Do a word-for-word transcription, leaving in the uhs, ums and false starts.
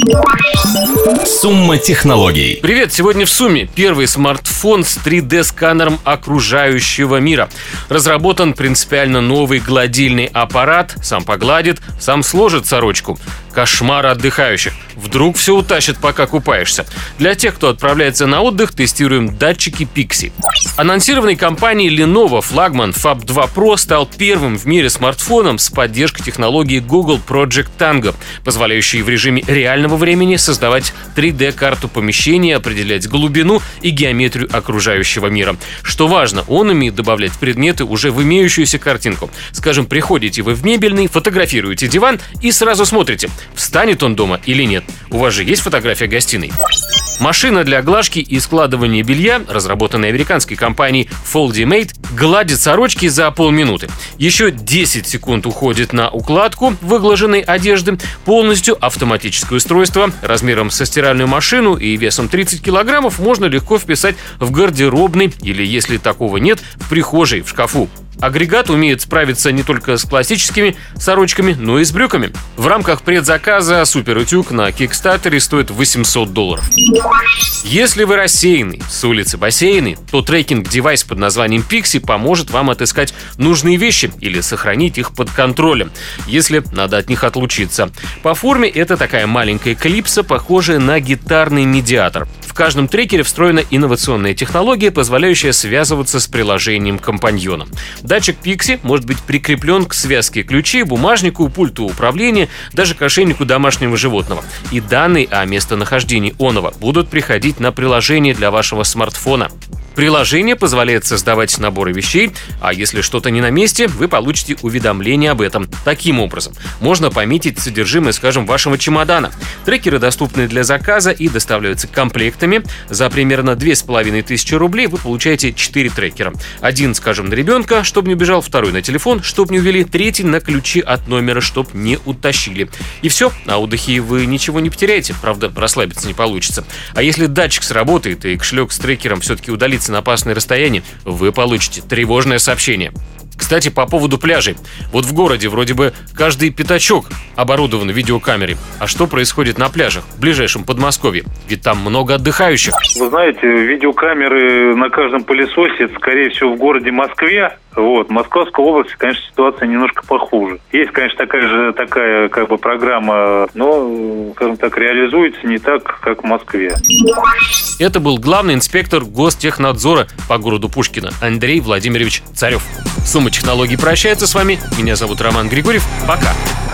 Сумма технологий. Привет! Сегодня в Сумме первый смартфон с три дэ-сканером окружающего мира. Разработан принципиально новый гладильный аппарат. Сам погладит, сам сложит сорочку. Кошмар отдыхающих. Вдруг все утащит, пока купаешься. Для тех, кто отправляется на отдых, тестируем датчики Pixi. Анонсированный компанией Lenovo флагман фаб два про стал первым в мире смартфоном с поддержкой технологии Google Project Tango, позволяющей в режиме реального времени создавать три дэ-карту помещения, определять глубину и геометрию окружающего мира. Что важно, он умеет добавлять предметы уже в имеющуюся картинку. Скажем, приходите вы в мебельный, фотографируете диван и сразу смотрите, встанет он дома или нет. У вас же есть фотография гостиной? Машина для глажки и складывания белья, разработанная американской компанией Foldimate, гладит сорочки за полминуты. Еще десять секунд уходит на укладку выглаженной одежды. Полностью автоматическое устройство размером со стиральную машину и весом тридцать килограммов можно легко вписать в гардеробный или, если такого нет, в прихожей, в шкафу. Агрегат умеет справиться не только с классическими сорочками, но и с брюками. В рамках предзаказа суперутюг на Кикстартере стоит восемьсот долларов. Если вы рассеянный, с улицы бассейны, то трекинг-девайс под названием Pixi поможет вам отыскать нужные вещи или сохранить их под контролем, если надо от них отлучиться. По форме это такая маленькая клипса, похожая на гитарный медиатор. В каждом трекере встроена инновационная технология, позволяющая связываться с приложением-компаньоном. Датчик Pixi может быть прикреплен к связке ключей, бумажнику, пульту управления, даже к ошейнику домашнего животного. И данные о местонахождении оного будут приходить на приложение для вашего смартфона. Приложение позволяет создавать наборы вещей, а если что-то не на месте, вы получите уведомление об этом. Таким образом, можно пометить содержимое, скажем, вашего чемодана. Трекеры доступны для заказа и доставляются комплектами. За примерно две с половиной тысячи рублей вы получаете четыре трекера. Один, скажем, на ребенка, чтобы не убежал, второй на телефон, чтобы не увели, третий на ключи от номера, чтобы не утащили. И все, на отдыхе вы ничего не потеряете, правда, расслабиться не получится. А если датчик сработает и кошелек с трекером все-таки удалится на опасное расстояние, вы получите тревожное сообщение. Кстати, по поводу пляжей. Вот в городе вроде бы каждый пятачок оборудован видеокамерой. А что происходит на пляжах в ближайшем Подмосковье? Ведь там много отдыхающих. Вы знаете, видеокамеры на каждом пылесосе, это, скорее всего, в городе Москве. Вот. В Московской области, конечно, ситуация немножко похуже. Есть, конечно, такая же такая как бы программа, но, скажем так, реализуется не так, как в Москве. Это был главный инспектор Гостехнадзора по городу Пушкино Андрей Владимирович Царев. Сумма технологий прощается с вами. Меня зовут Роман Григорьев. Пока.